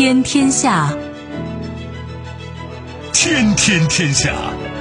天天下， 天天天下。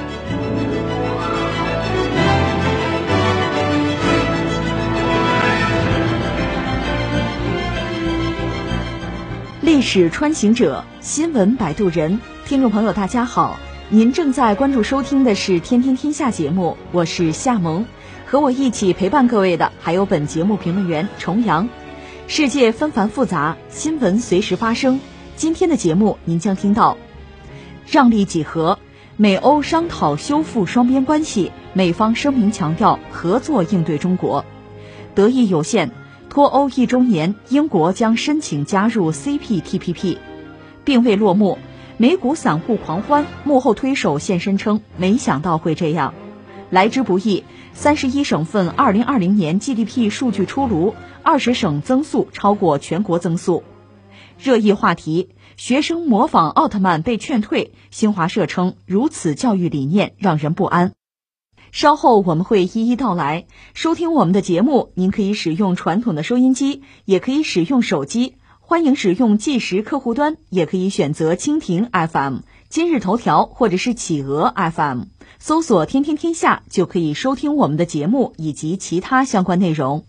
历史穿行者，新闻摆渡人。听众朋友大家好，您正在关注收听的是天天天下节目，我是夏萌，和我一起陪伴各位的还有本节目评论员重阳。世界纷繁复杂，新闻随时发生。今天的节目您将听到：让利几何，美欧商讨修复双边关系，美方声明强调合作应对中国；得益有限，脱欧1周年，英国将申请加入 CPTPP。 并未落幕，美股散户狂欢，幕后推手现身称没想到会这样。来之不易，31省份2020年 GDP 数据出炉，20省增速超过全国增速。热议话题，学生模仿奥特曼被劝退，新华社称如此教育理念让人不安。稍后我们会一一道来。收听我们的节目，您可以使用传统的收音机，也可以使用手机，欢迎使用即时客户端，也可以选择蜻蜓 FM、今日头条或者是企鹅 FM， 搜索天天天下就可以收听我们的节目以及其他相关内容。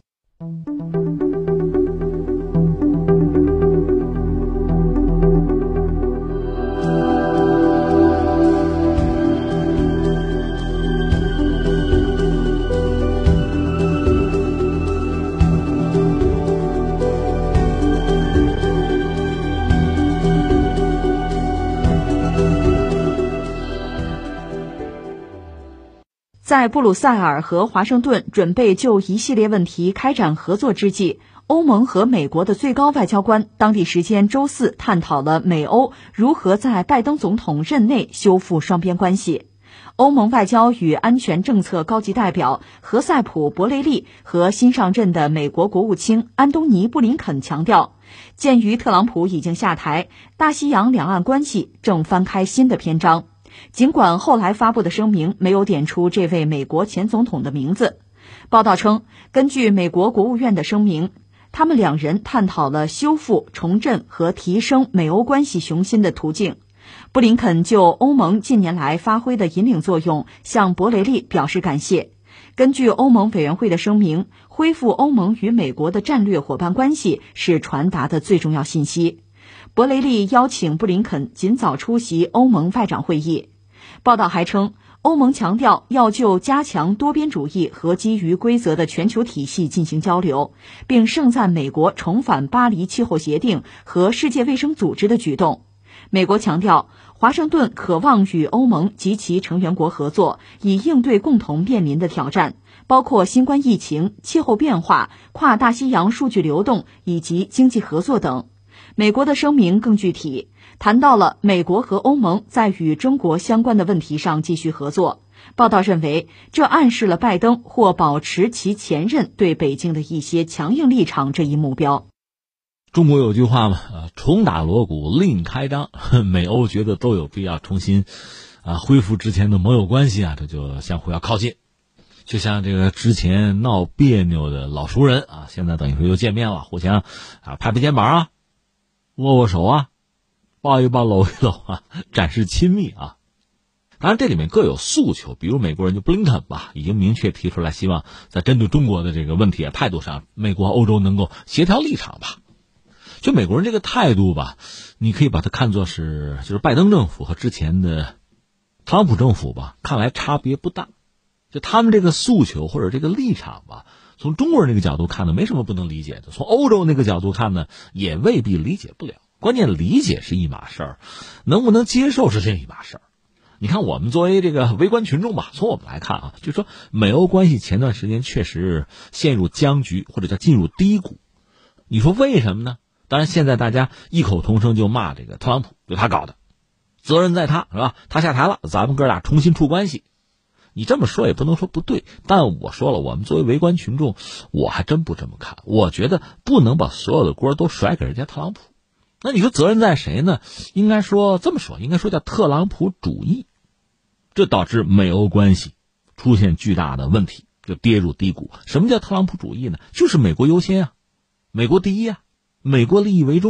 在布鲁塞尔和华盛顿准备就一系列问题开展合作之际，欧盟和美国的最高外交官当地时间周四探讨了美欧如何在拜登总统任内修复双边关系。欧盟外交与安全政策高级代表何塞普·博雷利和新上任的美国国务卿安东尼·布林肯强调，鉴于特朗普已经下台，大西洋两岸关系正翻开新的篇章。尽管后来发布的声明没有点出这位美国前总统的名字，报道称，根据美国国务院的声明，他们两人探讨了修复、重振和提升美欧关系雄心的途径。布林肯就欧盟近年来发挥的引领作用向博雷利表示感谢。根据欧盟委员会的声明，恢复欧盟与美国的战略伙伴关系是传达的最重要信息。博雷利邀请布林肯尽早出席欧盟外长会议。报道还称，欧盟强调要就加强多边主义和基于规则的全球体系进行交流，并盛赞美国重返巴黎气候协定和世界卫生组织的举动。美国强调，华盛顿渴望与欧盟及其成员国合作，以应对共同面临的挑战，包括新冠疫情、气候变化、跨大西洋数据流动以及经济合作等。美国的声明更具体，谈到了美国和欧盟在与中国相关的问题上继续合作。报道认为，这暗示了拜登或保持其前任对北京的一些强硬立场这一目标。 中国有句话嘛，重打锣鼓另开张，美欧觉得都有必要重新恢复之前的盟友关系啊，这就相互要靠近。就像这个之前闹别扭的老熟人啊，现在等于说又见面了，互相拍拍肩膀啊，握握手啊，抱一抱搂一搂啊，展示亲密啊。当然这里面各有诉求，比如美国人就布林肯吧，已经明确提出来，希望在针对中国的这个问题态度上，美国和欧洲能够协调立场吧。就美国人这个态度吧，你可以把它看作是就是拜登政府和之前的特朗普政府吧，看来差别不大。就他们这个诉求或者这个立场吧，从中国人这个角度看呢，没什么不能理解的；从欧洲那个角度看呢，也未必理解不了。关键理解是一码事儿，能不能接受是另一码事儿。你看我们作为这个围观群众吧，从我们来看啊，就说美欧关系前段时间确实陷入僵局，或者叫进入低谷。你说为什么呢？当然现在大家异口同声就骂这个特朗普，就他搞的，责任在他，是吧？他下台了，咱们哥俩重新处关系。你这么说也不能说不对，但我说了，我们作为围观群众，我还真不这么看。我觉得不能把所有的锅都甩给人家特朗普。那你说责任在谁呢？应该说这么说，应该说叫特朗普主义，这导致美欧关系出现巨大的问题，就跌入低谷。什么叫特朗普主义呢？就是美国优先啊，美国第一啊，美国利益为重啊，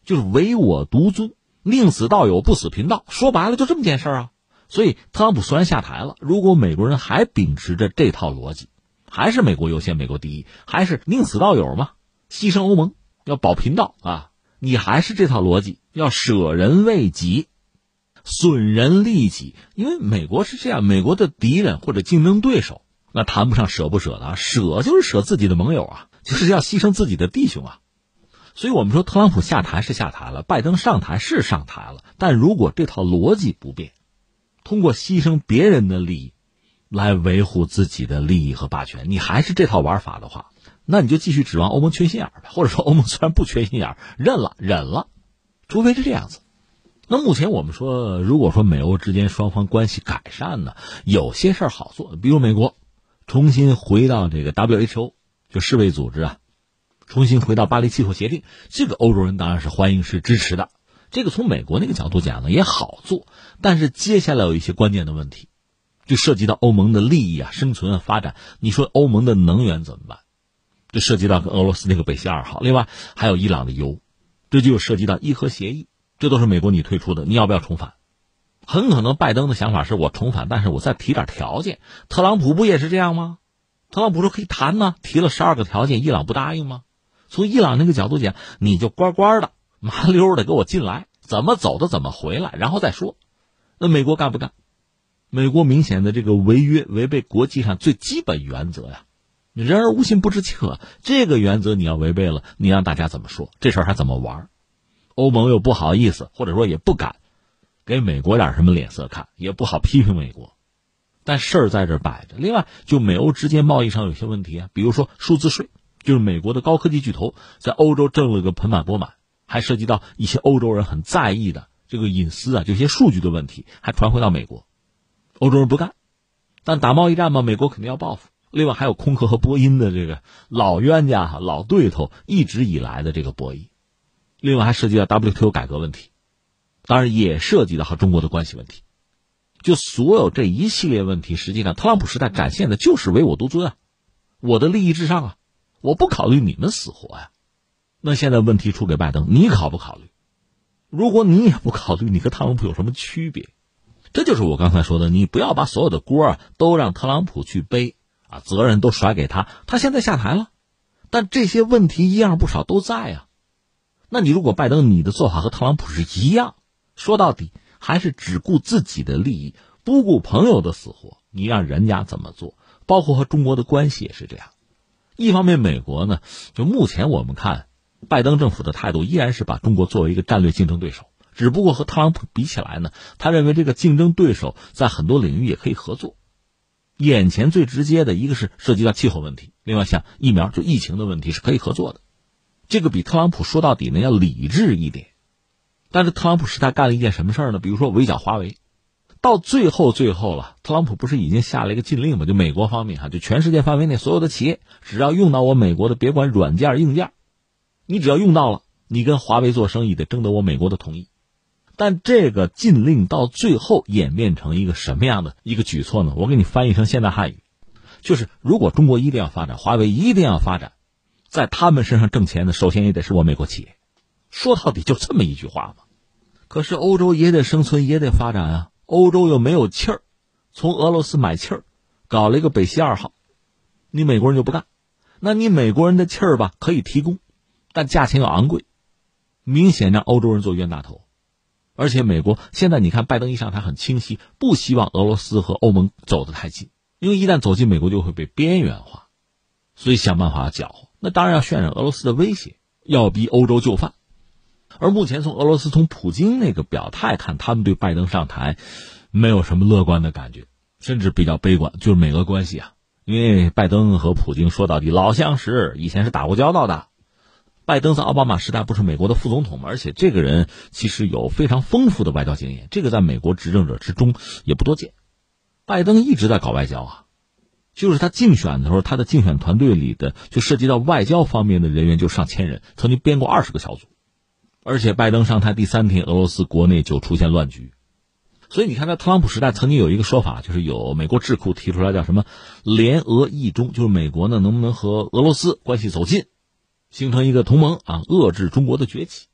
就是唯我独尊，宁死道友不死贫道，说白了就这么件事啊。所以特朗普虽然下台了，如果美国人还秉持着这套逻辑，还是美国优先美国第一，还是宁死道友嘛，牺牲欧盟要保贫道啊，你还是这套逻辑，要舍人为己，损人利己。因为美国是这样，美国的敌人或者竞争对手，那谈不上舍不舍的啊，舍就是舍自己的盟友啊，就是要牺牲自己的弟兄啊。所以我们说特朗普下台是下台了，拜登上台是上台了，但如果这套逻辑不变，通过牺牲别人的利益来维护自己的利益和霸权，你还是这套玩法的话，那你就继续指望欧盟缺心眼儿呗，或者说欧盟虽然不缺心眼儿，忍了，除非是这样子。那目前我们说，如果说美欧之间双方关系改善呢，有些事儿好做，比如美国重新回到这个 WHO 就世卫组织啊，重新回到巴黎气候协定，这个欧洲人当然是欢迎是支持的。这个从美国那个角度讲呢也好做，但是接下来有一些关键的问题，就涉及到欧盟的利益啊、生存啊、发展。你说欧盟的能源怎么办？这涉及到跟俄罗斯那个北溪2号，另外还有伊朗的油，这就涉及到伊核协议，这都是美国你退出的，你要不要重返？很可能拜登的想法是我重返，但是我再提点条件。特朗普不也是这样吗？特朗普说可以谈呢，提了12个条件，伊朗不答应吗？从伊朗那个角度讲，你就乖乖的麻溜的给我进来，怎么走的怎么回来，然后再说。那美国干不干？美国明显的这个违约，违背国际上最基本原则呀。人而无信不知其可，这个原则你要违背了，你让大家怎么说？这事儿还怎么玩？欧盟又不好意思，或者说也不敢给美国点什么脸色看，也不好批评美国。但事儿在这摆着。另外，就美欧之间贸易上有些问题啊，比如说数字税，就是美国的高科技巨头在欧洲挣了个盆满钵满，还涉及到一些欧洲人很在意的这个隐私啊，这些数据的问题，还传回到美国。欧洲人不干，但打贸易战嘛，美国肯定要报复。另外还有空客和波音的这个老冤家、老对头一直以来的这个博弈。另外还涉及到 WTO 改革问题，当然也涉及到和中国的关系问题。就所有这一系列问题，实际上特朗普时代展现的就是唯我独尊啊，我的利益至上啊，我不考虑你们死活呀。那现在问题出给拜登，你考不考虑？如果你也不考虑，你和特朗普有什么区别？这就是我刚才说的，你不要把所有的锅啊都让特朗普去背啊，责任都甩给他。他现在下台了，但这些问题一样不少都在啊。那你如果拜登你的做法和特朗普是一样，说到底还是只顾自己的利益，不顾朋友的死活，你让人家怎么做？包括和中国的关系也是这样。一方面美国呢，就目前我们看拜登政府的态度依然是把中国作为一个战略竞争对手，只不过和特朗普比起来呢，他认为这个竞争对手在很多领域也可以合作。眼前最直接的一个是涉及到气候问题，另外像疫苗就疫情的问题是可以合作的。这个比特朗普说到底呢要理智一点。但是特朗普时代干了一件什么事儿呢？比如说围剿华为，到最后了，特朗普不是已经下了一个禁令吗？就美国方面就全世界范围内所有的企业只要用到我美国的，别管软件硬件，你只要用到了，你跟华为做生意得征得我美国的同意。但这个禁令到最后演变成一个什么样的一个举措呢？我给你翻译成现代汉语，就是如果中国一定要发展，华为一定要发展，在他们身上挣钱的首先也得是我美国企业。说到底就这么一句话嘛。可是欧洲也得生存，也得发展啊，欧洲又没有气儿，从俄罗斯买气儿，搞了一个北溪2号，你美国人就不干。那你美国人的气儿吧可以提供，但价钱又昂贵，明显让欧洲人做冤大头。而且美国现在你看拜登一上台很清晰，不希望俄罗斯和欧盟走得太近，因为一旦走近美国就会被边缘化，所以想办法搅和。那当然要渲染俄罗斯的威胁，要逼欧洲就范。而目前从俄罗斯从普京那个表态看，他们对拜登上台没有什么乐观的感觉，甚至比较悲观，就是美俄关系啊。因为拜登和普京说到底老相识，以前是打过交道的。拜登在奥巴马时代不是美国的副总统吗？而且这个人其实有非常丰富的外交经验，这个在美国执政者之中也不多见。拜登一直在搞外交啊，就是他竞选的时候，他的竞选团队里的就涉及到外交方面的人员就上千人，曾经编过20个小组。而且拜登上台第3天，俄罗斯国内就出现乱局。所以你看在特朗普时代曾经有一个说法，就是有美国智库提出来叫什么联俄意中，就是美国呢能不能和俄罗斯关系走近，形成一个同盟啊，遏制中国的崛起。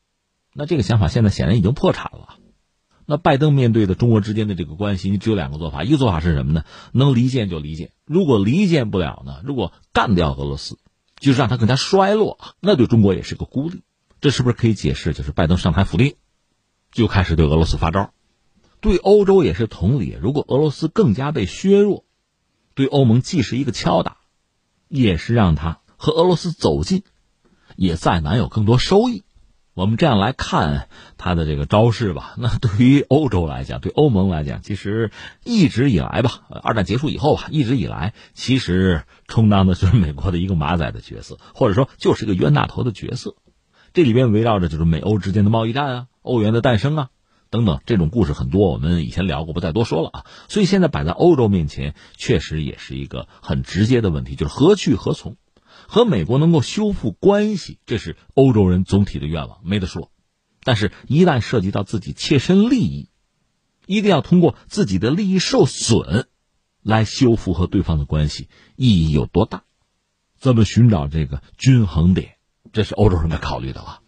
那这个想法现在显然已经破产了。那拜登面对的中国之间的这个关系，你只有两个做法，一个做法是什么呢？能离间就离间，如果离间不了呢，如果干掉俄罗斯，就是让它更加衰落，那对中国也是个孤立。这是不是可以解释，就是拜登上台府定就开始对俄罗斯发招？对欧洲也是同理，如果俄罗斯更加被削弱，对欧盟既是一个敲打，也是让它和俄罗斯走近，也再难有更多收益。我们这样来看他的这个招式吧，那对于欧洲来讲，对欧盟来讲，其实一直以来吧，二战结束以后吧，一直以来其实充当的就是美国的一个马仔的角色，或者说就是一个冤大头的角色。这里边围绕着就是美欧之间的贸易战啊，欧元的诞生啊等等，这种故事很多，我们以前聊过，不再多说了啊。所以现在摆在欧洲面前，确实也是一个很直接的问题，就是何去何从。和美国能够修复关系，这是欧洲人总体的愿望，没得说。但是一旦涉及到自己切身利益，一定要通过自己的利益受损来修复和对方的关系，意义有多大？怎么寻找这个均衡点，这是欧洲人该考虑的了。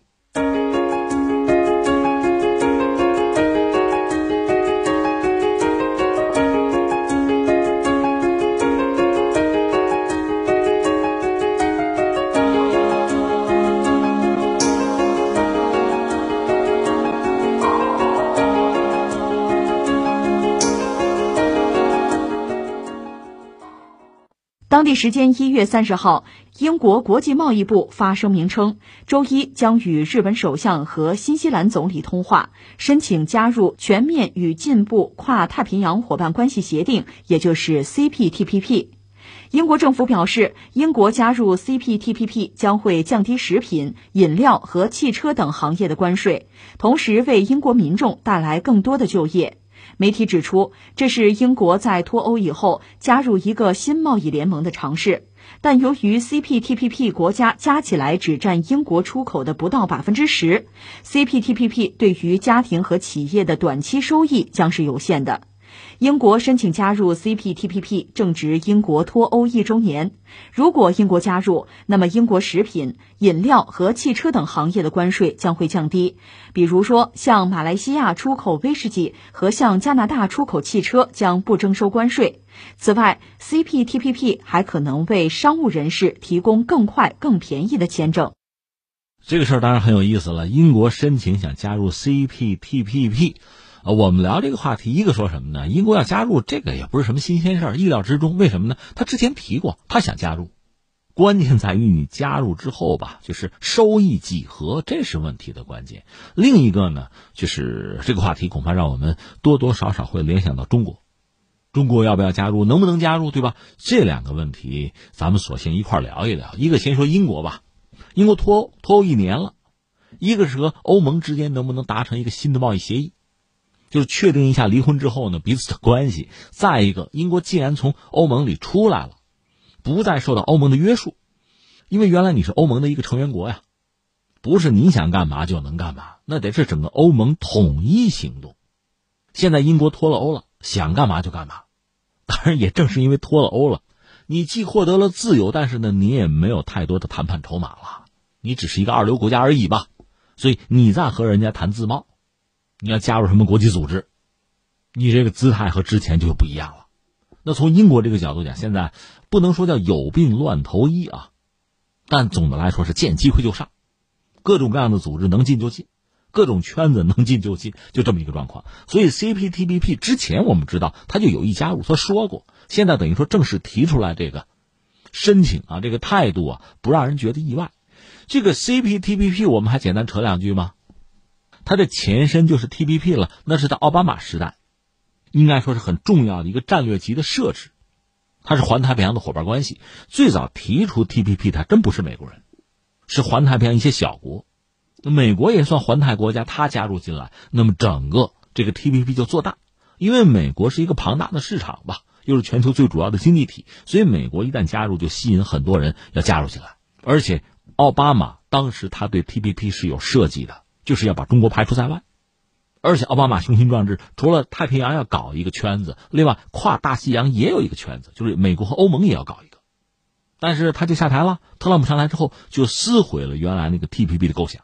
当地时间1月30号，英国国际贸易部发声明称，周一将与日本首相和新西兰总理通话，申请加入全面与进步跨太平洋伙伴关系协定，也就是 CPTPP。英国政府表示，英国加入 CPTPP 将会降低食品、饮料和汽车等行业的关税，同时为英国民众带来更多的就业。媒体指出，这是英国在脱欧以后加入一个新贸易联盟的尝试，但由于 CPTPP 国家加起来只占英国出口的不到 10%， CPTPP 对于家庭和企业的短期收益将是有限的。英国申请加入 CPTPP 正值英国脱欧1周年。如果英国加入，那么英国食品、饮料和汽车等行业的关税将会降低，比如说向马来西亚出口威士忌和向加拿大出口汽车将不征收关税。此外， CPTPP 还可能为商务人士提供更快、更便宜的签证。 这个事儿当然很有意思了，英国申请想加入 CPTPP。我们聊这个话题，一个说什么呢？英国要加入，这个也不是什么新鲜事儿，意料之中。为什么呢？他之前提过，他想加入，关键在于你加入之后吧，就是收益几何，这是问题的关键。另一个呢，就是这个话题恐怕让我们多多少少会联想到中国。中国要不要加入，能不能加入，对吧？这两个问题咱们索性一块聊一聊。一个先说英国吧，英国脱欧1年了，一个是和欧盟之间能不能达成一个新的贸易协议，就是确定一下离婚之后呢彼此的关系。再一个，英国既然从欧盟里出来了，不再受到欧盟的约束，因为原来你是欧盟的一个成员国呀，不是你想干嘛就能干嘛，那得是整个欧盟统一行动。现在英国脱了欧了，想干嘛就干嘛。当然也正是因为脱了欧了，你既获得了自由，但是呢你也没有太多的谈判筹码了，你只是一个二流国家而已吧。所以你在和人家谈自贸，你要加入什么国际组织，你这个姿态和之前就不一样了。那从英国这个角度讲，现在不能说叫有病乱投医啊，但总的来说是见机会就上，各种各样的组织能进就进，各种圈子能进就进，就这么一个状况。所以 CPTPP 之前我们知道他就有意加入，他说过，现在等于说正式提出来这个申请啊，这个态度啊，不让人觉得意外。这个 CPTPP 我们还简单扯两句吗？它的前身就是 TPP 了，那是在奥巴马时代，应该说是很重要的一个战略级的设置。它是环太平洋的伙伴关系，最早提出 TPP 它真不是美国人，是环太平洋一些小国，美国也算环太国家，它加入进来，那么整个这个 TPP 就做大。因为美国是一个庞大的市场吧，又是全球最主要的经济体，所以美国一旦加入就吸引很多人要加入进来。而且奥巴马当时他对 TPP 是有设计的，就是要把中国排除在外。而且奥巴马雄心壮志，除了太平洋要搞一个圈子，另外跨大西洋也有一个圈子，就是美国和欧盟也要搞一个。但是他就下台了，特朗普上台之后就撕毁了原来那个 TPP 的构想。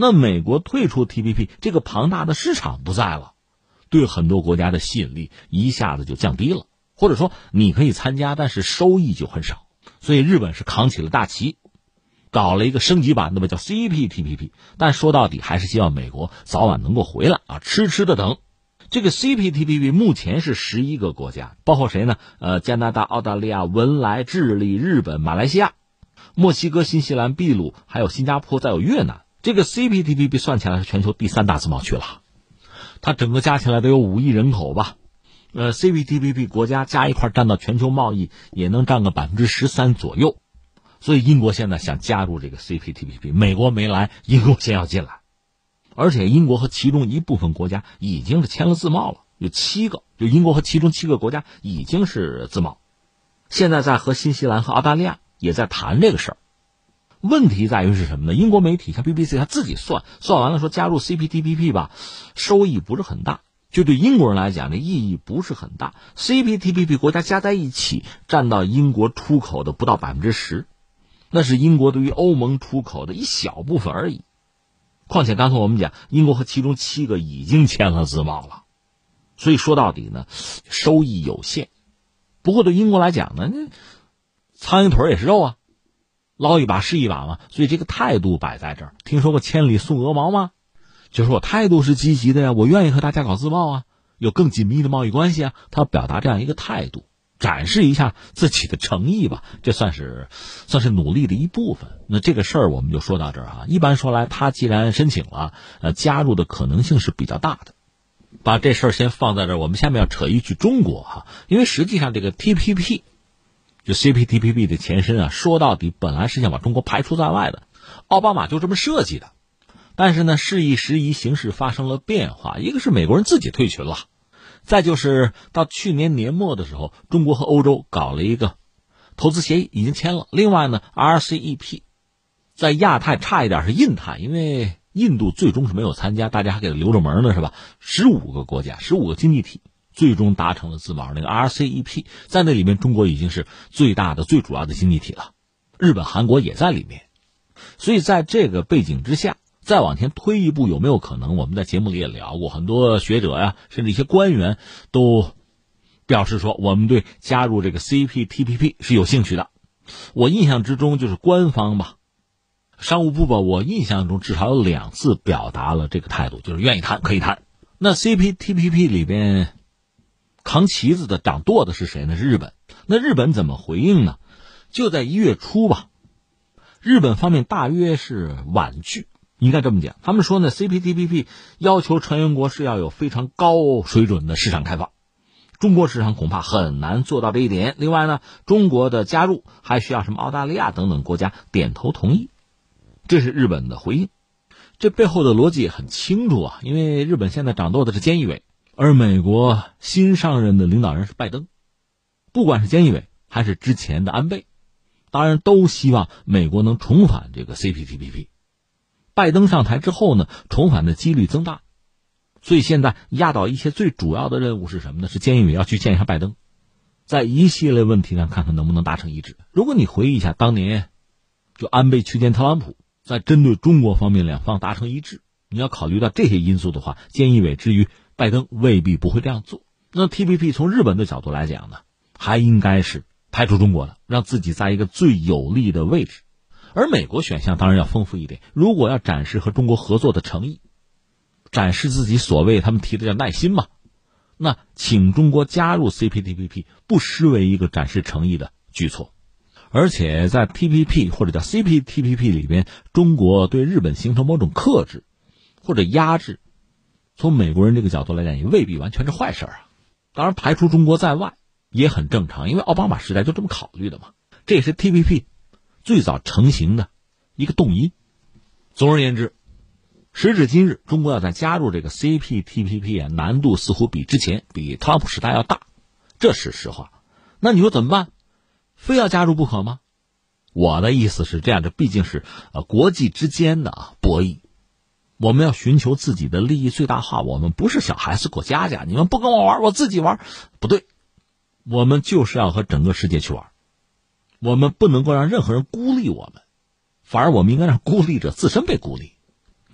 那美国退出 TPP， 这个庞大的市场不在了，对很多国家的吸引力一下子就降低了，或者说你可以参加，但是收益就很少。所以日本是扛起了大旗，搞了一个升级版的吧，叫 CPTPP， 但说到底还是希望美国早晚能够回来啊，痴痴的等。这个 CPTPP 目前是11个国家，包括谁呢？加拿大、澳大利亚、文莱、智利、日本、马来西亚、墨西哥、新西兰、秘鲁，还有新加坡，再有越南。这个 CPTPP 算起来是全球第3大自贸区了，它整个加起来都有5亿人口吧。CPTPP 国家加一块占到全球贸易也能占个 13% 左右。所以英国现在想加入这个 CPTPP， 美国没来，英国先要进来。而且英国和其中一部分国家已经是签了自贸了，有7个，就英国和其中7个国家已经是自贸。现在在和新西兰和澳大利亚也在谈这个事儿。问题在于是什么呢？英国媒体像 BBC 他自己算完了说加入 CPTPP 吧，收益不是很大，就对英国人来讲的意义不是很大。CPTPP 国家加在一起占到英国出口的不到 10%， 那是英国对于欧盟出口的一小部分而已。况且刚才我们讲英国和其中7个已经签了自贸了，所以说到底呢收益有限。不过对英国来讲呢，苍蝇腿也是肉啊，捞一把是一把嘛，所以这个态度摆在这儿。听说过千里送鹅毛吗？就是我态度是积极的呀，我愿意和大家搞自贸啊，有更紧密的贸易关系啊，他表达这样一个态度，展示一下自己的诚意吧，这算是努力的一部分。那这个事儿我们就说到这儿哈。一般说来，他既然申请了，加入的可能性是比较大的。把这事儿先放在这儿，我们下面要扯一句中国哈，因为实际上这个 TPP 就 CPTPP 的前身啊，说到底本来是想把中国排除在外的，奥巴马就这么设计的。但是呢，事已时移，形势发生了变化，一个是美国人自己退群了，再就是到去年年末的时候，中国和欧洲搞了一个投资协议，已经签了。另外呢 RCEP 在亚太差一点是印太，因为印度最终是没有参加，大家还给他留着门呢，是吧？15个国家15个经济体最终达成了自贸。那个 RCEP 在那里面中国已经是最大的最主要的经济体了，日本韩国也在里面。所以在这个背景之下，再往前推一步，有没有可能？我们在节目里也聊过，很多学者呀，甚至一些官员都表示说，我们对加入这个 CPTPP 是有兴趣的。我印象之中就是官方吧，商务部吧，我印象中至少有2次表达了这个态度，就是愿意谈，可以谈。那 CPTPP 里边扛旗子的掌舵的是谁呢？是日本。那日本怎么回应呢？就在1月初吧，日本方面大约是婉拒，应该这么讲。他们说呢 CPTPP 要求成员国是要有非常高水准的市场开放，中国市场恐怕很难做到这一点。另外呢，中国的加入还需要什么澳大利亚等等国家点头同意，这是日本的回应。这背后的逻辑也很清楚啊，因为日本现在掌舵的是菅义伟，而美国新上任的领导人是拜登。不管是菅义伟还是之前的安倍，当然都希望美国能重返这个 CPTPP。 拜登上台之后呢，重返的几率增大，所以现在压倒一切最主要的任务是什么呢？是菅义伟要去见一下拜登，在一系列问题上看看能不能达成一致。如果你回忆一下当年就安倍去见特朗普，在针对中国方面两方达成一致，你要考虑到这些因素的话，菅义伟至于拜登未必不会这样做。那 TPP 从日本的角度来讲呢，还应该是排除中国的，让自己在一个最有利的位置。而美国选项当然要丰富一点，如果要展示和中国合作的诚意，展示自己所谓他们提的叫耐心嘛，那请中国加入 CPTPP 不失为一个展示诚意的举措。而且在 TPP 或者叫 CPTPP 里边，中国对日本形成某种克制或者压制，从美国人这个角度来讲也未必完全是坏事啊。当然排除中国在外也很正常，因为奥巴马时代就这么考虑的嘛。这也是 TPP 最早成型的一个动因。总而言之，时至今日，中国要再加入这个 CPTPP 啊，难度似乎比之前比特朗普时代要大，这是实话。那你说怎么办？非要加入不可吗？我的意思是这样，这毕竟是国际之间的博弈，我们要寻求自己的利益最大化，我们不是小孩子过家家，你们不跟我玩我自己玩，不对，我们就是要和整个世界去玩，我们不能够让任何人孤立我们，反而我们应该让孤立者自身被孤立。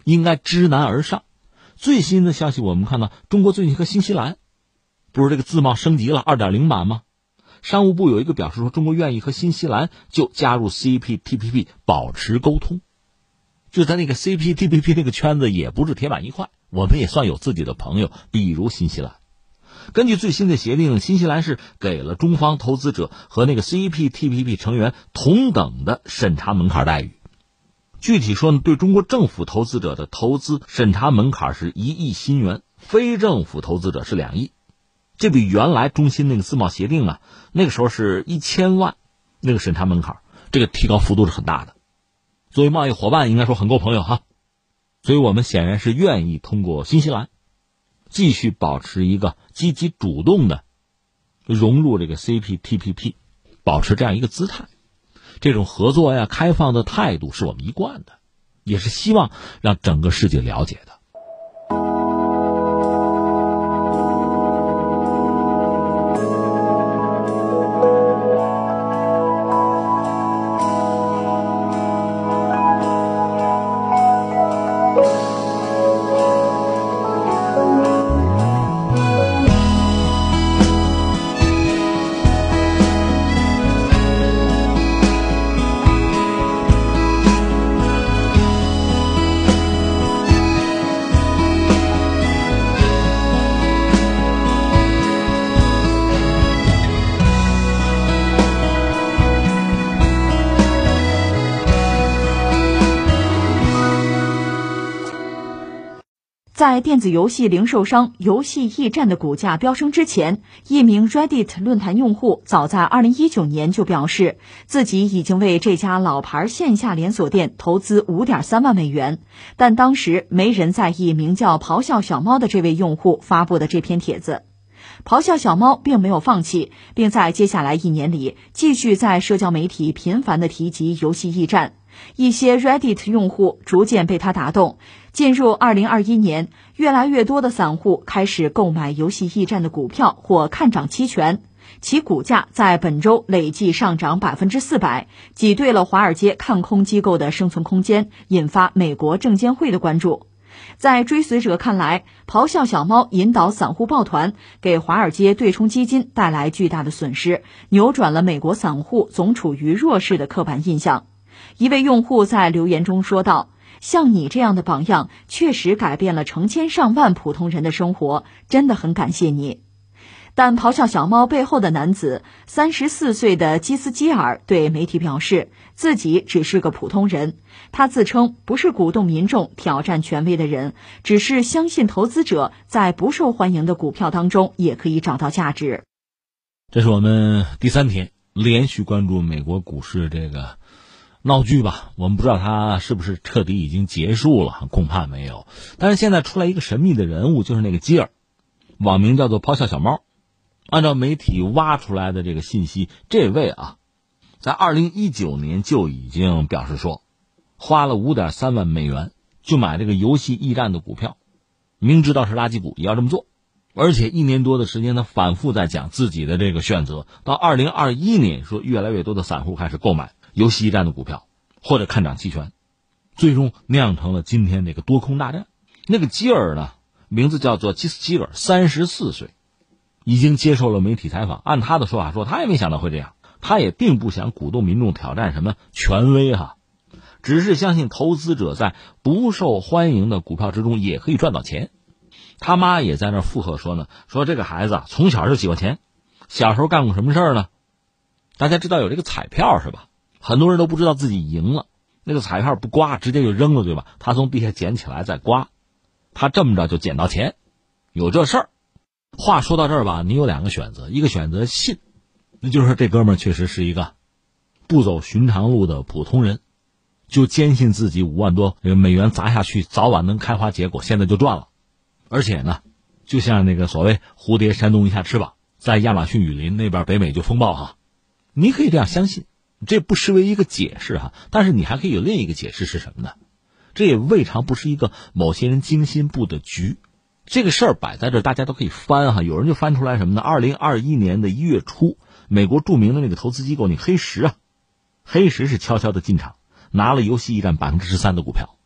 应该知难而上。最新的消息我们看到，中国最近和新西兰不是这个自贸升级了 2.0 版吗？商务部有一个表示说，中国愿意和新西兰就加入 CPTPP 保持沟通。就在那个 CPTPP 那个圈子也不是铁板一块，我们也算有自己的朋友，比如新西兰。根据最新的协定，新西兰是给了中方投资者和那个 CPTPP 成员同等的审查门槛待遇。具体说呢，对中国政府投资者的投资审查门槛是1亿新元，非政府投资者是2亿。这比原来中新那个自贸协定啊，那个时候是1000万那个审查门槛，这个提高幅度是很大的。作为贸易伙伴，应该说很够朋友哈。所以我们显然是愿意通过新西兰继续保持一个积极主动的融入这个 CPTPP， 保持这样一个姿态。这种合作呀、开放的态度是我们一贯的，也是希望让整个世界了解的。 在电子游戏零售商游戏驿站的股价飙升之前，一名 Reddit 论坛用户早在2019年就表示，自己已经为这家老牌线下连锁店投资5.3万美元，但当时没人在意名叫咆哮小猫的这位用户发布的这篇帖子。咆哮小猫并没有放弃，并在接下来1年里继续在社交媒体频繁地提及游戏驿站。一些 Reddit 用户逐渐被他打动，进入2021年，越来越多的散户开始购买游戏驿站的股票或看涨期权，其股价在本周累计上涨 400%， 挤兑了华尔街看空机构的生存空间，引发美国证监会的关注。在追随者看来，咆哮小猫引导散户抱团，给华尔街对冲基金带来巨大的损失，扭转了美国散户总处于弱势的刻板印象。一位用户在留言中说道，像你这样的榜样确实改变了成千上万普通人的生活，真的很感谢你。但咆哮小猫背后的男子34岁的基斯基尔对媒体表示，自己只是个普通人，他自称不是鼓动民众挑战权威的人，只是相信投资者在不受欢迎的股票当中也可以找到价值。 这是我们第3天连续关注美国股市这个闹剧吧，我们不知道它是不是彻底已经结束了，恐怕没有。但是现在出来一个神秘的人物，就是那个基尔，网名叫做咆哮小猫。按照媒体挖出来的这个信息，这位在2019年就已经表示说，花了5.3万美元就买这个游戏驿站的股票，明知道是垃圾股也要这么做。而且1年多的时间，他反复在讲自己的这个选择。到2021年，说越来越多的散户开始购买游戏驿站的股票或者看涨期权，最终酿成了今天这个多空大战。那个基尔呢，名字叫做基斯基尔，34岁，已经接受了媒体采访。按他的说法说，他也没想到会这样，他也并不想鼓动民众挑战什么权威只是相信投资者在不受欢迎的股票之中也可以赚到钱。他妈也在那附和说呢，说这个孩子从小就喜欢钱，小时候干过什么事儿呢？大家知道有这个彩票是吧？很多人都不知道自己赢了，那个彩票不刮直接就扔了，对吧？他从地下捡起来再刮，他这么着就捡到钱，有这事儿。话说到这儿吧，你有2个选择，一个选择信，那就是这哥们儿确实是一个不走寻常路的普通人，就坚信自己5万多美元砸下去早晚能开花结果，现在就赚了。而且呢，就像那个所谓蝴蝶扇动一下翅膀，在亚马逊雨林那边北美就风暴你可以这样相信，这不失为一个解释但是你还可以有另一个解释是什么呢？这也未尝不是一个某些人精心布的局。这个事儿摆在这儿，大家都可以翻有人就翻出来什么呢？2021年的1月初，美国著名的那个投资机构那黑石是悄悄的进场，拿了游戏驿站13%的股票。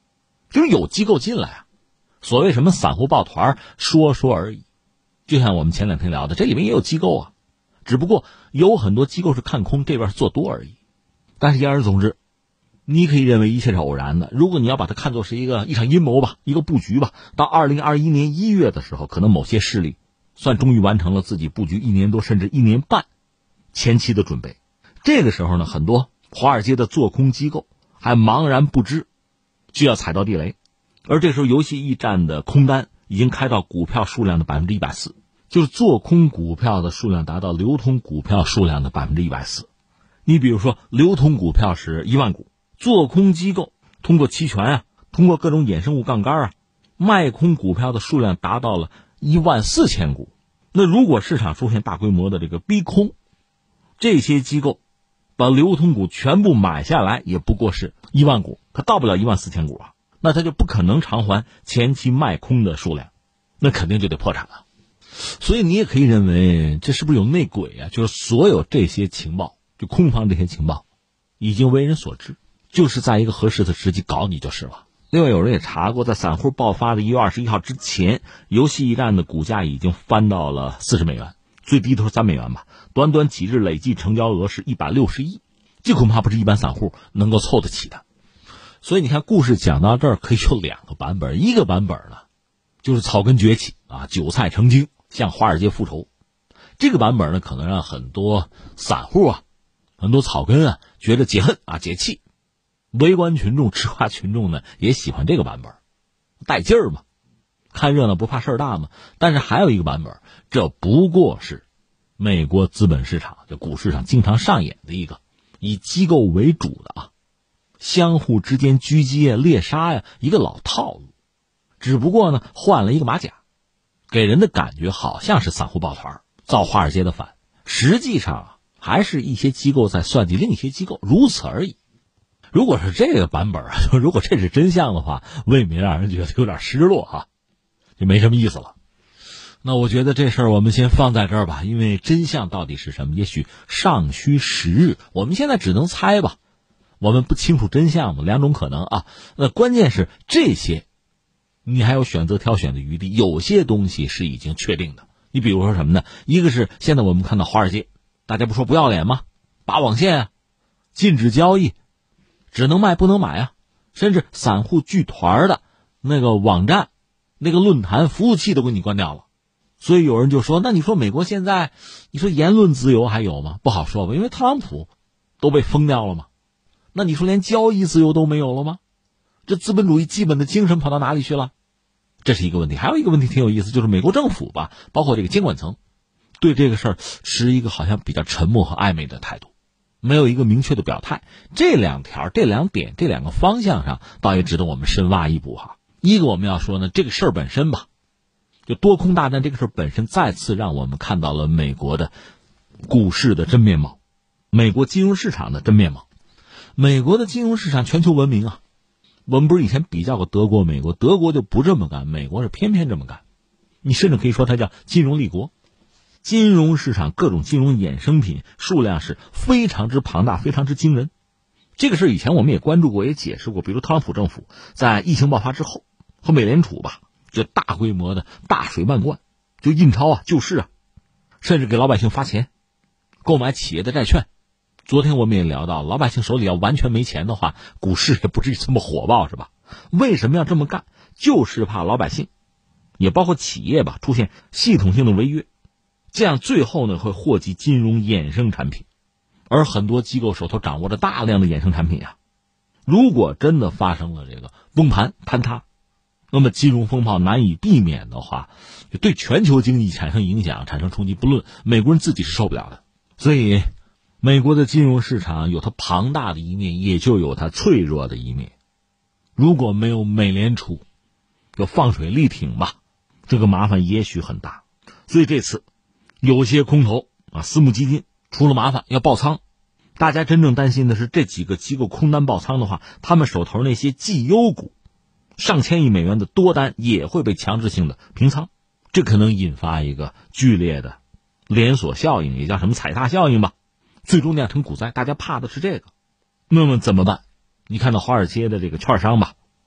就是有机构进来啊。所谓什么散户抱团，说说而已。就像我们前2天聊的，这里面也有机构啊，只不过有很多机构是看空，这边是做多而已。但是言而总之，你可以认为一切是偶然的。如果你要把它看作是一场阴谋吧，一个布局吧，到2021年1月的时候，可能某些势力算终于完成了自己布局1年多甚至1年半前期的准备。这个时候呢，很多华尔街的做空机构还茫然不知，就要踩到地雷。而这时候游戏驿站的空单已经开到股票数量的 140%， 就是做空股票的数量达到流通股票数量的 140%。 你比如说流通股票是1万股，做空机构通过期权啊，通过各种衍生物杠杆啊，卖空股票的数量达到了14000股。那如果市场出现大规模的这个逼空，这些机构把流通股全部买下来，也不过是1万股，它到不了14000股啊，那它就不可能偿还前期卖空的数量，那肯定就得破产了。所以你也可以认为，这是不是有内鬼啊？就是所有这些情报，就空方这些情报，已经为人所知，就是在一个合适的时机搞你就是了。另外有人也查过，在散户爆发的1月21号之前，游戏驿站的股价已经翻到了40美元，最低都是3美元吧。短短几日累计成交额是160亿，这恐怕不是一般散户能够凑得起的。所以你看，故事讲到这儿可以有2个版本。一个版本呢，就是草根崛起啊，韭菜成精，向华尔街复仇。这个版本呢，可能让很多散户啊，很多草根啊，觉得解恨啊，解气。围观群众、吃瓜群众呢，也喜欢这个版本，带劲儿嘛，看热闹不怕事儿大嘛。但是还有一个版本，这不过是美国资本市场就股市上经常上演的一个以机构为主的啊，相互之间狙击啊、猎杀呀，一个老套路。只不过呢，换了一个马甲，给人的感觉好像是散户抱团造华尔街的反，实际上啊，还是一些机构在算计另一些机构，如此而已。如果是这个版本啊，如果这是真相的话，未免让人觉得有点失落哈，就没什么意思了。那我觉得这事儿我们先放在这儿吧，因为真相到底是什么，也许尚需时日。我们现在只能猜吧，我们不清楚真相嘛，2种可能啊。那关键是这些，你还有选择挑选的余地。有些东西是已经确定的，你比如说什么呢？一个是现在我们看到华尔街，大家不说不要脸吗？拔网线啊，禁止交易，只能卖不能买啊，甚至散户聚团的那个网站、那个论坛服务器都给你关掉了。所以有人就说，那你说美国现在，你说言论自由还有吗？不好说吧，因为特朗普都被封掉了嘛。那你说连交易自由都没有了吗？这资本主义基本的精神跑到哪里去了？这是一个问题。还有一个问题挺有意思，就是美国政府吧，包括这个监管层，对这个事儿持一个好像比较沉默和暧昧的态度，没有一个明确的表态。这2条、这2点、这2个方向上，倒也值得我们深挖一步哈。一个我们要说呢，这个事儿本身吧，就多空大战这个事儿本身，再次让我们看到了美国的股市的真面貌，美国金融市场的真面貌。美国的金融市场全球闻名啊，我们不是以前比较过德国、美国，德国就不这么干，美国是偏偏这么干。你甚至可以说它叫金融立国。金融市场各种金融衍生品数量是非常之庞大，非常之惊人。这个事以前我们也关注过，也解释过，比如特朗普政府在疫情爆发之后，和美联储吧，就大规模的大水漫灌，就印钞啊、救市啊，甚至给老百姓发钱，购买企业的债券。昨天我们也聊到，老百姓手里要完全没钱的话，股市也不至于这么火爆，是吧？为什么要这么干？就是怕老百姓，也包括企业吧，出现系统性的违约，这样最后呢会祸及金融衍生产品。而很多机构手头掌握着大量的衍生产品啊，如果真的发生了这个崩盘坍塌，那么金融风暴难以避免的话，就对全球经济产生影响、产生冲击，不论美国人自己是受不了的。所以美国的金融市场有它庞大的一面，也就有它脆弱的一面。如果没有美联储就放水力挺吧，这个麻烦也许很大。所以这次有些空头啊，私募基金出了麻烦要爆仓。大家真正担心的是，这几个机构空单爆仓的话，他们手头那些绩优股上千亿美元的多单也会被强制性的平仓，这可能引发一个剧烈的连锁效应，也叫什么踩踏效应吧，最终酿成股灾。大家怕的是这个。那么怎么办？你看到华尔街的这个券商吧，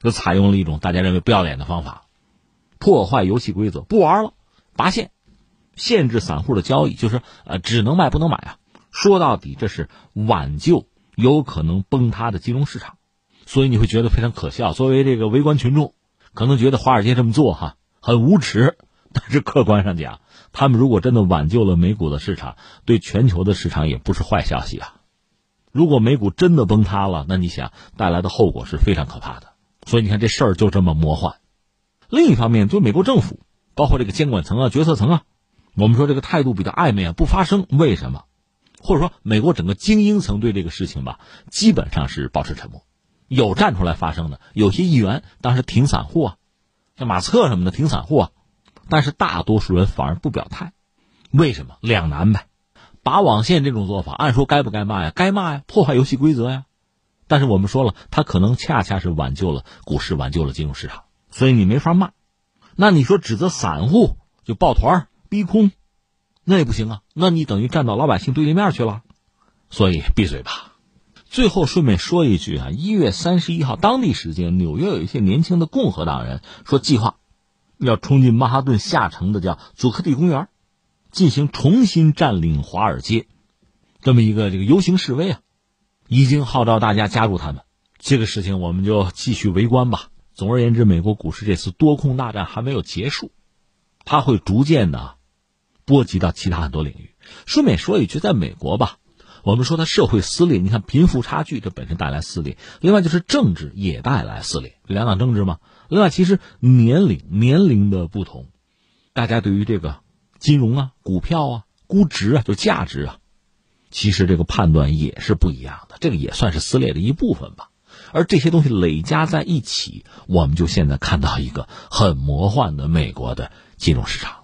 就采用了一种大家认为不要脸的方法，破坏游戏规则，不玩了，拔线，限制散户的交易，就是只能卖不能买啊。说到底，这是挽救有可能崩塌的金融市场，所以你会觉得非常可笑。作为这个围观群众，可能觉得华尔街这么做很无耻，但是客观上讲，他们如果真的挽救了美股的市场，对全球的市场也不是坏消息啊。如果美股真的崩塌了，那你想带来的后果是非常可怕的。所以你看这事儿就这么魔幻。另一方面，就美国政府，包括这个监管层决策层我们说这个态度比较暧昧不发声，为什么？或者说美国整个精英层对这个事情基本上是保持沉默，有站出来发声的，有些议员当时挺散户像马斯克什么的挺散户但是大多数人反而不表态。为什么？两难呗。拔网线这种做法，按说该不该骂呀？该骂呀，破坏游戏规则呀。但是我们说了，它可能恰恰是挽救了股市，挽救了金融市场，所以你没法骂。那你说指责散户就抱团逼空，那也不行那你等于站到老百姓对立面去了。所以闭嘴吧。最后顺便说一句1月31号当地时间，纽约有一些年轻的共和党人说计划要冲进曼哈顿下城的叫祖克蒂公园，进行重新占领华尔街这么一个游行示威已经号召大家加入他们。这个事情我们就继续围观吧。总而言之，美国股市这次多空大战还没有结束，它会逐渐的波及到其他很多领域。顺便说一句，在美国我们说它社会撕裂，你看贫富差距这本身带来撕裂，另外就是政治也带来撕裂，两党政治嘛。另外其实年龄的不同，大家对于这个金融股票估值就价值其实这个判断也是不一样的，这个也算是撕裂的一部分吧。而这些东西累加在一起，我们就现在看到一个很魔幻的美国的金融市场。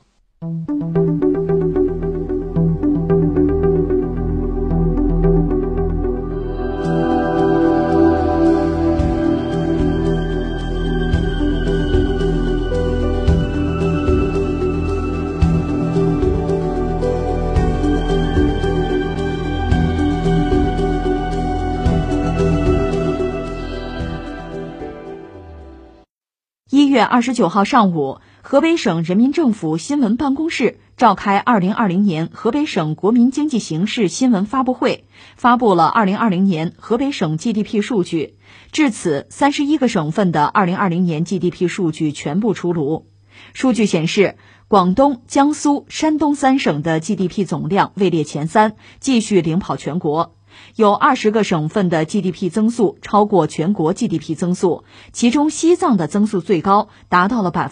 1月29号上午，河北省人民政府新闻办公室召开2020年河北省国民经济形势新闻发布会，发布了2020年河北省 GDP 数据。至此，31个省份的2020年 GDP 数据全部出炉。数据显示，广东、江苏、山东3省的 GDP 总量位列前3，继续领跑全国。有20个省份的 GDP 增速超过全国 GDP 增速，其中西藏的增速最高，达到了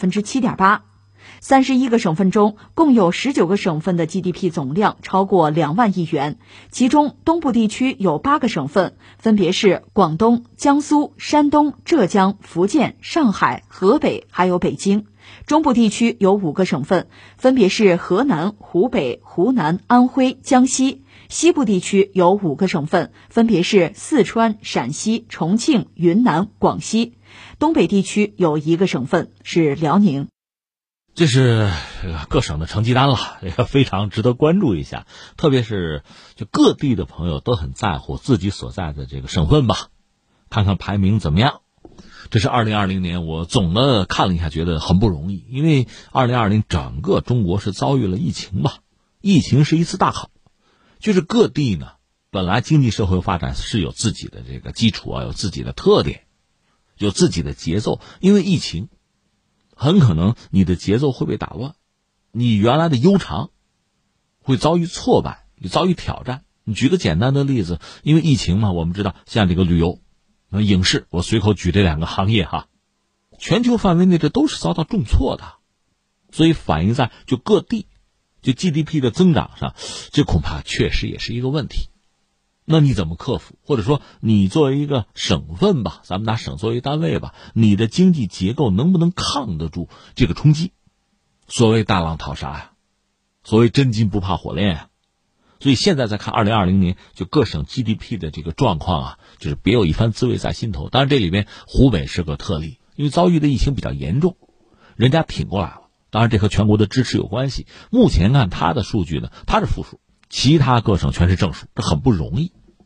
7.8%。31个省份中，共有19个省份的 GDP 总量超过2万亿元，其中东部地区有8个省份，分别是广东、江苏、山东、浙江、福建、上海、河北还有北京。中部地区有5个省份，分别是河南、湖北、湖南、安徽、江西。西部地区有5个省份，分别是四川、陕西、重庆、云南、广西。东北地区有1个省份是辽宁。 这是各省的成绩单了，这个非常值得关注一下。特别是就各地的朋友都很在乎自己所在的这个省份吧，看看排名怎么样。这是2020年我总的看了一下，觉得很不容易，因为2020整个中国是遭遇了疫情疫情是一次大考。就是各地呢，本来经济社会发展是有自己的这个基础有自己的特点，有自己的节奏。因为疫情，很可能你的节奏会被打乱，你原来的悠长会遭遇挫败，你遭遇挑战。你举个简单的例子，因为疫情我们知道像这个旅游、影视，我随口举这2个行业全球范围内这都是遭到重挫的，所以反映在就各地。就 GDP 的增长上，这恐怕确实也是一个问题。那你怎么克服？或者说你作为一个省份咱们拿省作为单位你的经济结构能不能抗得住这个冲击？所谓大浪淘沙所谓真金不怕火炼所以现在再看2020年就各省 GDP 的这个状况就是别有一番滋味在心头。当然这里面湖北是个特例，因为遭遇的疫情比较严重，人家挺过来了。当然这和全国的支持有关系，目前看它的数据呢，它是负数，其他各省全是正数，这很不容易。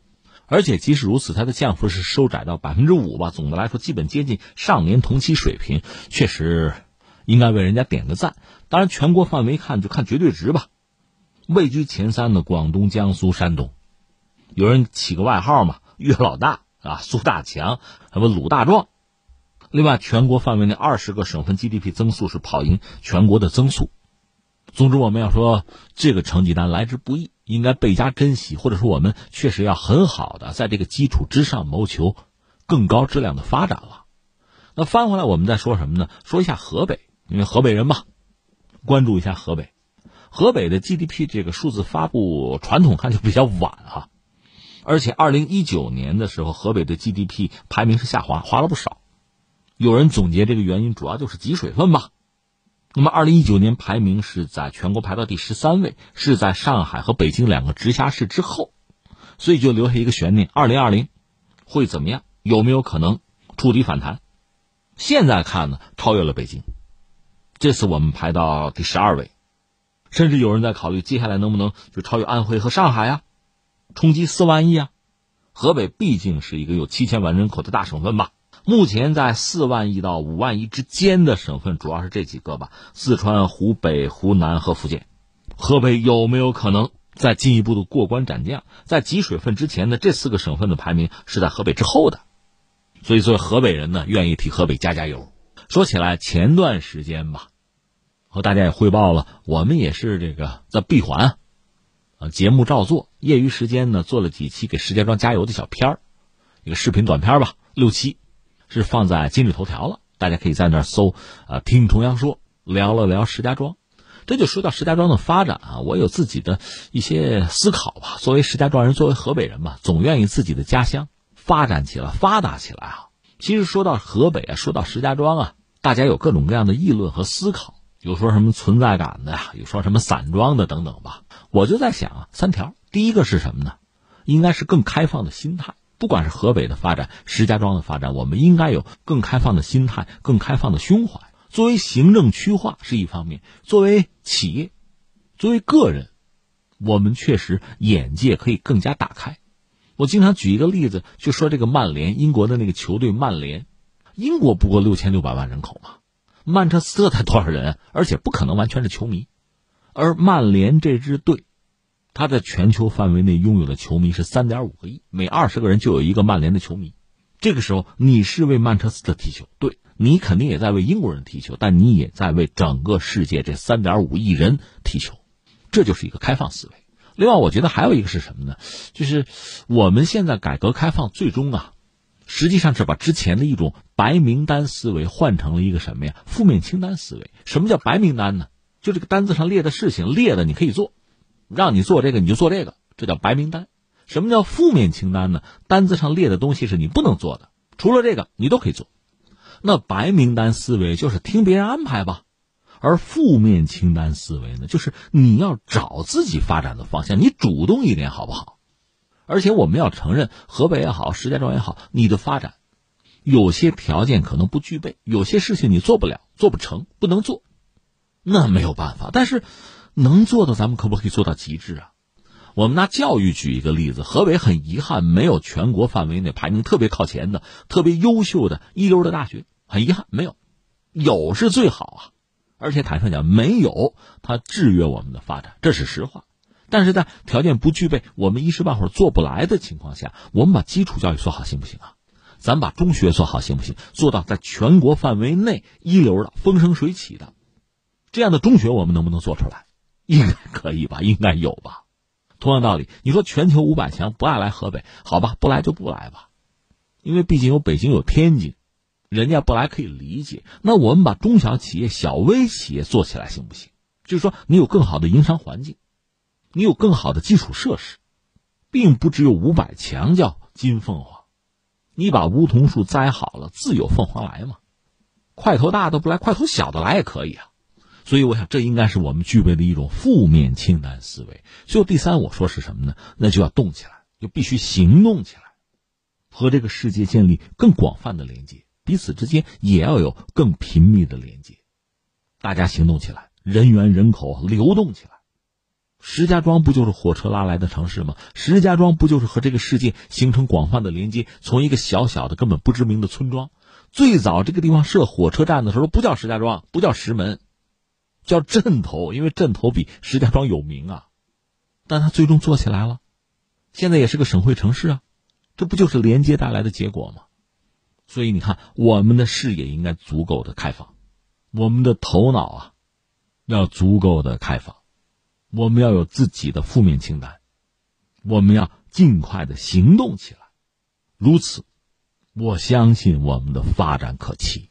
而且即使如此，它的降幅是收窄到5%吧，总的来说基本接近上年同期水平，确实应该为人家点个赞。当然全国范围看就看绝对值吧，位居前3的广东、江苏、山东，有人起个外号嘛，岳老大啊，苏大强，什么鲁大壮。另外全国范围内20个省份 GDP 增速是跑赢全国的增速。总之我们要说这个成绩单来之不易，应该倍加珍惜，或者说我们确实要很好的在这个基础之上谋求更高质量的发展了。那翻回来我们再说什么呢？说一下河北，因为河北人嘛，关注一下河北。河北的 GDP 这个数字发布传统看就比较晚啊，而且2019年的时候河北的 GDP 排名是下滑，滑了不少。有人总结这个原因主要就是挤水分吧。那么2019年排名是在全国排到第13位，是在上海和北京2个直辖市之后，所以就留下一个悬念，2020会怎么样？有没有可能触底反弹？现在看呢，超越了北京，这次我们排到第12位，甚至有人在考虑接下来能不能就超越安徽和上海啊，冲击4万亿啊。河北毕竟是一个有7000万人口的大省份吧，目前在4万亿到5万亿之间的省份主要是这几个吧，四川、湖北、湖南和福建。河北有没有可能再进一步的过关斩将？在挤水分之前的这4个省份的排名是在河北之后的，所以作为河北人呢，愿意替河北加加油。说起来前段时间吧，和大家也汇报了，我们也是这个在闭环节目照做，业余时间呢做了几期给石家庄加油的小片儿，一个视频短片吧，6期是放在今日头条了，大家可以在那儿搜听重阳说，聊了聊石家庄。这就说到石家庄的发展啊，我有自己的一些思考吧。作为石家庄人，作为河北人嘛，总愿意自己的家乡发展起来、发达起来啊。其实说到河北啊，说到石家庄啊，大家有各种各样的议论和思考，有说什么存在感的呀，有说什么散装的等等吧。我就在想啊，3条。第一个是什么呢？应该是更开放的心态。不管是河北的发展、石家庄的发展，我们应该有更开放的心态、更开放的胸怀。作为行政区划是一方面，作为企业、作为个人，我们确实眼界可以更加打开。我经常举一个例子，就说这个曼联，英国的那个球队曼联，英国不过6600万人口嘛，曼彻斯特才多少人，而且不可能完全是球迷。而曼联这支队，他在全球范围内拥有的球迷是3.5个亿，每20个人就有一个曼联的球迷。这个时候你是为曼彻斯特踢球，对，你肯定也在为英国人踢球，但你也在为整个世界这3.5亿人踢球，这就是一个开放思维。另外我觉得还有一个是什么呢？就是我们现在改革开放最终啊，实际上是把之前的一种白名单思维换成了一个什么呀？负面清单思维。什么叫白名单呢？就这个单子上列的事情，列的你可以做，让你做这个你就做这个，这叫白名单。什么叫负面清单呢？单子上列的东西是你不能做的，除了这个你都可以做。那白名单思维就是听别人安排吧，而负面清单思维呢，就是你要找自己发展的方向，你主动一点好不好？而且我们要承认，河北也好，石家庄也好，你的发展有些条件可能不具备，有些事情你做不了、做不成、不能做，那没有办法。但是能做的咱们可不可以做到极致啊？我们拿教育举一个例子，河北很遗憾没有全国范围内排名特别靠前的、特别优秀的一流的大学，很遗憾没有。有是最好啊，而且坦率讲，没有它制约我们的发展，这是实话。但是在条件不具备，我们一时半会儿做不来的情况下，我们把基础教育做好行不行啊？咱把中学做好行不行？做到在全国范围内一流的、风生水起的这样的中学，我们能不能做出来？应该可以吧，应该有吧。同样道理，你说全球500强不爱来河北，好吧，不来就不来吧，因为毕竟有北京有天津，人家不来可以理解。那我们把中小企业、小微企业做起来行不行？就是说你有更好的营商环境，你有更好的基础设施，并不只有500强叫金凤凰，你把梧桐树栽好了，自有凤凰来嘛。块头大的不来，块头小的来也可以啊。所以我想这应该是我们具备的一种负面清单思维。最后第三我说是什么呢？那就要动起来，就必须行动起来，和这个世界建立更广泛的连接，彼此之间也要有更频密的连接。大家行动起来，人员人口流动起来， 石家庄不就是火车拉来的城市吗？石家庄不就是和这个世界形成广泛的连接？从一个小小的根本不知名的村庄，最早这个地方设火车站的时候不叫石家庄，不叫石门，叫镇头，因为镇头比石家庄有名啊。但它最终做起来了，现在也是个省会城市啊，这不就是连接带来的结果吗？所以你看，我们的视野应该足够的开放，我们的头脑啊要足够的开放，我们要有自己的负面清单，我们要尽快的行动起来。如此，我相信我们的发展可期。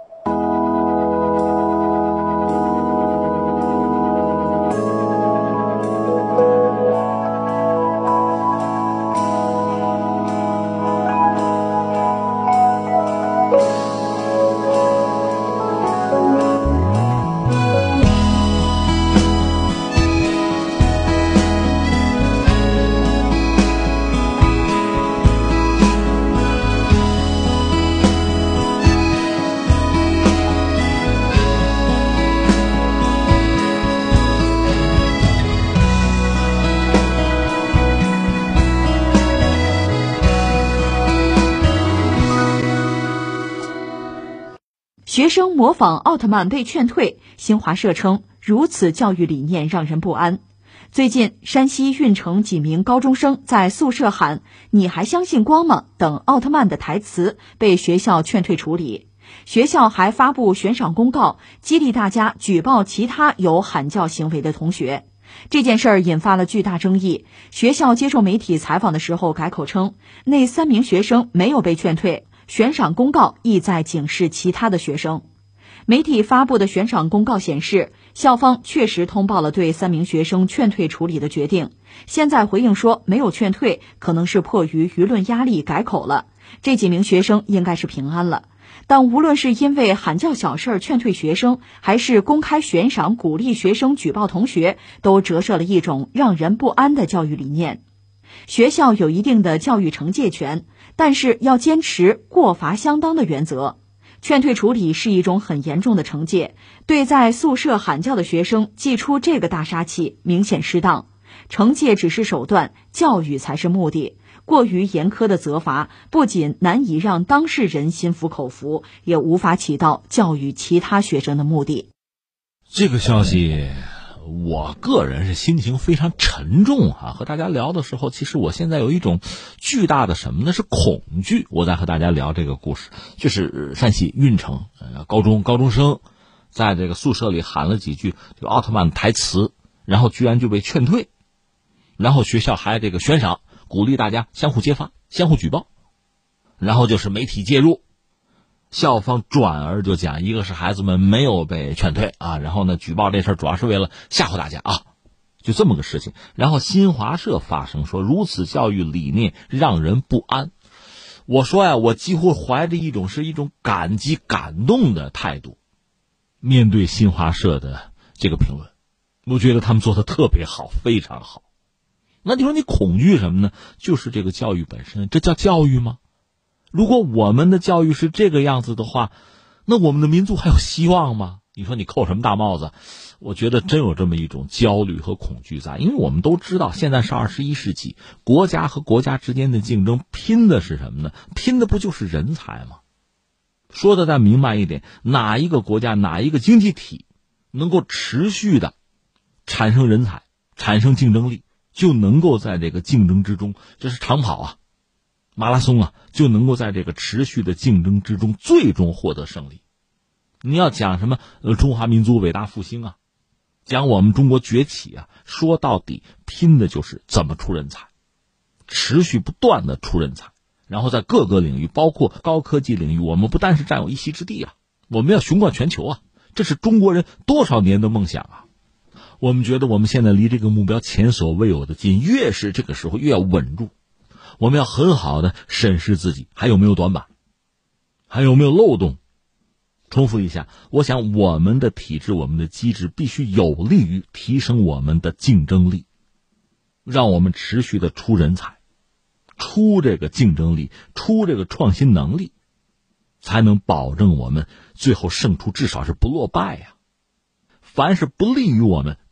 学生模仿奥特曼被劝退，新华社称如此教育理念让人不安。最近，山西运城几名高中生在宿舍喊“你还相信光吗”等奥特曼的台词，被学校劝退处理。学校还发布悬赏公告，激励大家举报其他有喊叫行为的同学。这件事儿引发了巨大争议。学校接受媒体采访的时候改口称，那3名学生没有被劝退，悬赏公告意在警示其他的学生。媒体发布的悬赏公告显示，校方确实通报了对3名学生劝退处理的决定，现在回应说没有劝退，可能是迫于舆论压力改口了。这几名学生应该是平安了。但无论是因为喊叫小事劝退学生，还是公开悬赏鼓励学生举报同学，都折射了一种让人不安的教育理念。学校有一定的教育惩戒权，但是要坚持过罚相当的原则。劝退处理是一种很严重的惩戒，对在宿舍喊叫的学生祭出这个大杀器，明显失当。惩戒只是手段，教育才是目的。过于严苛的责罚，不仅难以让当事人心服口服，也无法起到教育其他学生的目的。 这个消息，我个人是心情非常沉重啊！和大家聊的时候，其实我现在有一种巨大的什么呢？是恐惧。我在和大家聊这个故事，就是山西运城高中生在这个宿舍里喊了几句这个奥特曼台词，然后居然就被劝退，然后学校还这个悬赏，鼓励大家相互揭发、相互举报，然后就是媒体介入。校方转而就讲，一个是孩子们没有被劝退啊，然后呢举报这事儿主要是为了吓唬大家啊，就这么个事情。然后新华社发声说，如此教育理念让人不安。我说呀，我几乎怀着一种感激感动的态度面对新华社的这个评论，我觉得他们做的特别好，非常好。那你说你恐惧什么呢？就是这个教育本身，这叫教育吗？如果我们的教育是这个样子的话，那我们的民族还有希望吗？你说你扣什么大帽子？我觉得真有这么一种焦虑和恐惧在，因为我们都知道现在是21世纪，国家和国家之间的竞争拼的是什么呢？拼的不就是人才吗？说的再明白一点，哪一个国家哪一个经济体能够持续的产生人才，产生竞争力，就能够在这个竞争之中，这是长跑啊，马拉松啊，就能够在这个持续的竞争之中最终获得胜利。你要讲什么中华民族伟大复兴啊，讲我们中国崛起啊，说到底拼的就是怎么出人才，持续不断的出人才，然后在各个领域，包括高科技领域，我们不但是占有一席之地啊，我们要雄冠全球啊，这是中国人多少年的梦想啊。我们觉得我们现在离这个目标前所未有的近，越是这个时候越要稳住。我们要很好的审视自己，还有没有短板，还有没有漏洞。重复一下，我想我们的体制，我们的机制必须有利于提升我们的竞争力，让我们持续的出人才，出这个竞争力，出这个创新能力，才能保证我们最后胜出，至少是不落败呀。凡是不利于我们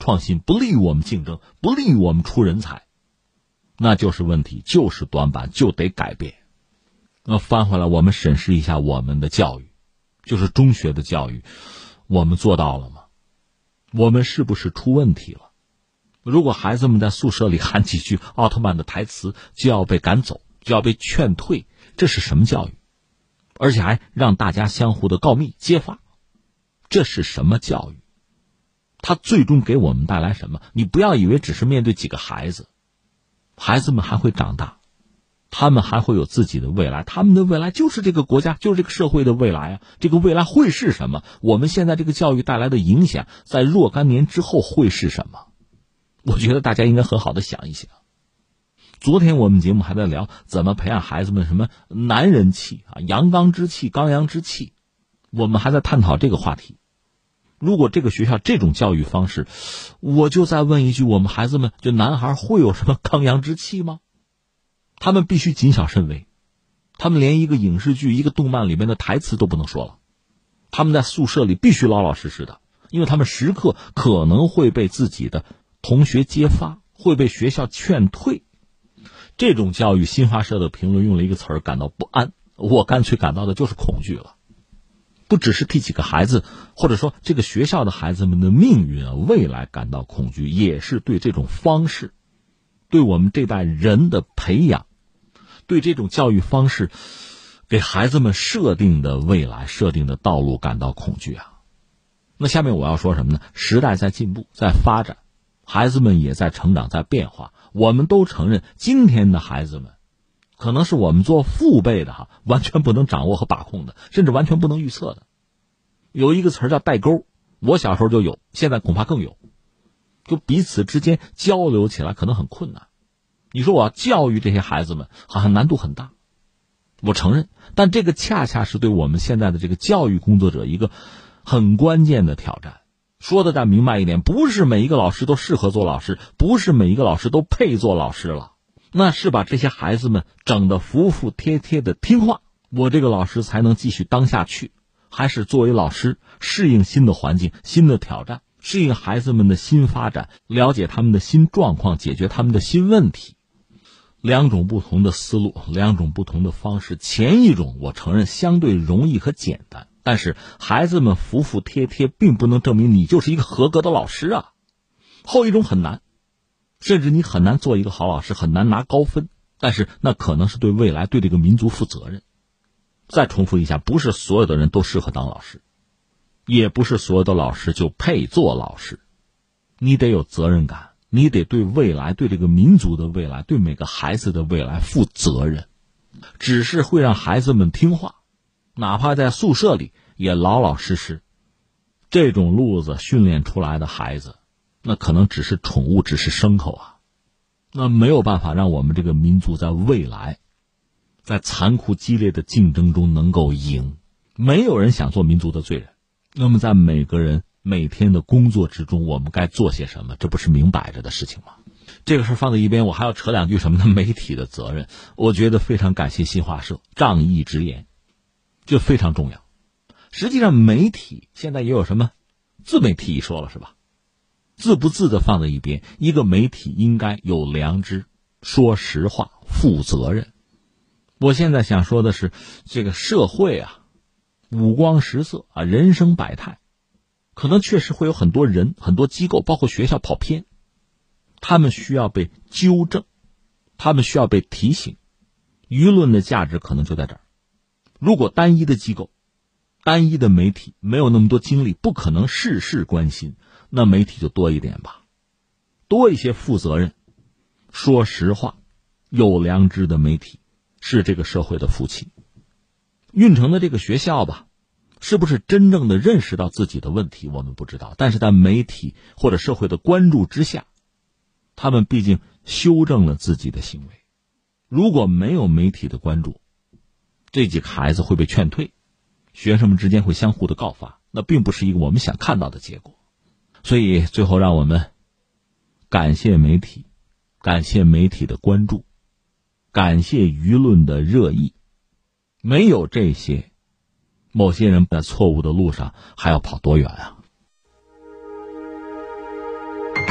创新，不利于我们竞争，不利于我们出人才，那就是问题，就是短板，就得改变。那翻回来，我们审视一下我们的教育，就是中学的教育，我们做到了吗？我们是不是出问题了？如果孩子们在宿舍里喊几句奥特曼的台词就要被赶走，就要被劝退，这是什么教育？而且还让大家相互的告密揭发，这是什么教育？它最终给我们带来什么？你不要以为只是面对几个孩子，孩子们还会长大，他们还会有自己的未来，他们的未来就是这个国家，就是这个社会的未来啊！这个未来会是什么？我们现在这个教育带来的影响，在若干年之后会是什么？我觉得大家应该很好的想一想。昨天我们节目还在聊怎么培养孩子们什么男人气啊、阳刚之气、刚阳之气，我们还在探讨这个话题。如果这个学校这种教育方式，我就再问一句，我们孩子们就男孩会有什么刚阳之气吗？他们必须谨小慎微，他们连一个影视剧、一个动漫里面的台词都不能说了，他们在宿舍里必须老老实实的，因为他们时刻可能会被自己的同学揭发，会被学校劝退。这种教育，新华社的评论用了一个词儿，感到不安，我干脆感到的就是恐惧了。不只是替几个孩子，或者说这个学校的孩子们的命运啊、未来感到恐惧，也是对这种方式，对我们这代人的培养，对这种教育方式给孩子们设定的未来、设定的道路感到恐惧啊。那下面我要说什么呢？时代在进步，在发展，孩子们也在成长，在变化。我们都承认，今天的孩子们可能是我们做父辈的完全不能掌握和把控的，甚至完全不能预测的。有一个词儿叫代沟，我小时候就有，现在恐怕更有。就彼此之间交流起来可能很困难。你说我要教育这些孩子们，好像难度很大，我承认，但这个恰恰是对我们现在的这个教育工作者一个很关键的挑战。说的再明白一点，不是每一个老师都适合做老师，不是每一个老师都配做老师了，那是把这些孩子们整得服服帖帖的听话，我这个老师才能继续当下去，还是作为老师适应新的环境、新的挑战，适应孩子们的新发展，了解他们的新状况，解决他们的新问题。两种不同的思路，两种不同的方式，前一种我承认相对容易和简单，但是孩子们服服帖帖并不能证明你就是一个合格的老师啊。后一种很难，甚至你很难做一个好老师，很难拿高分，但是那可能是对未来、对这个民族负责任。再重复一下，不是所有的人都适合当老师，也不是所有的老师就配做老师。你得有责任感，你得对未来、对这个民族的未来、对每个孩子的未来负责任。只是会让孩子们听话，哪怕在宿舍里也老老实实，这种路子训练出来的孩子，那可能只是宠物，只是牲口啊，那没有办法让我们这个民族在未来在残酷激烈的竞争中能够赢。没有人想做民族的罪人，那么在每个人每天的工作之中，我们该做些什么？这不是明摆着的事情吗？这个事放在一边，我还要扯两句什么呢？媒体的责任。我觉得非常感谢新华社仗义直言，这非常重要。实际上媒体现在也有什么自媒体一说了，是吧？自不自的放在一边，一个媒体应该有良知，说实话，负责任。我现在想说的是，这个社会啊，五光十色啊，人生百态，可能确实会有很多人、很多机构，包括学校跑偏，他们需要被纠正，他们需要被提醒。舆论的价值可能就在这儿。如果单一的机构、单一的媒体没有那么多精力，不可能事事关心，那媒体就多一点吧，多一些负责任、说实话、有良知的媒体，是这个社会的福气。运城的这个学校吧，是不是真正的认识到自己的问题我们不知道，但是在媒体或者社会的关注之下，他们毕竟修正了自己的行为。如果没有媒体的关注，这几个孩子会被劝退，学生们之间会相互的告发，那并不是一个我们想看到的结果。所以最后让我们感谢媒体，感谢媒体的关注，感谢舆论的热议。没有这些，某些人在错误的路上还要跑多远啊？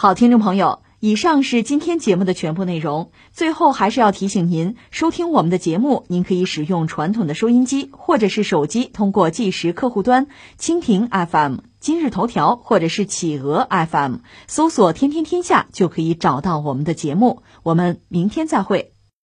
好，听众朋友，以上是今天节目的全部内容。最后还是要提醒您，收听我们的节目，您可以使用传统的收音机或者是手机，通过即时客户端蜻蜓 FM、今日头条或者是企鹅 FM 搜索天天天下就可以找到我们的节目。我们明天再会。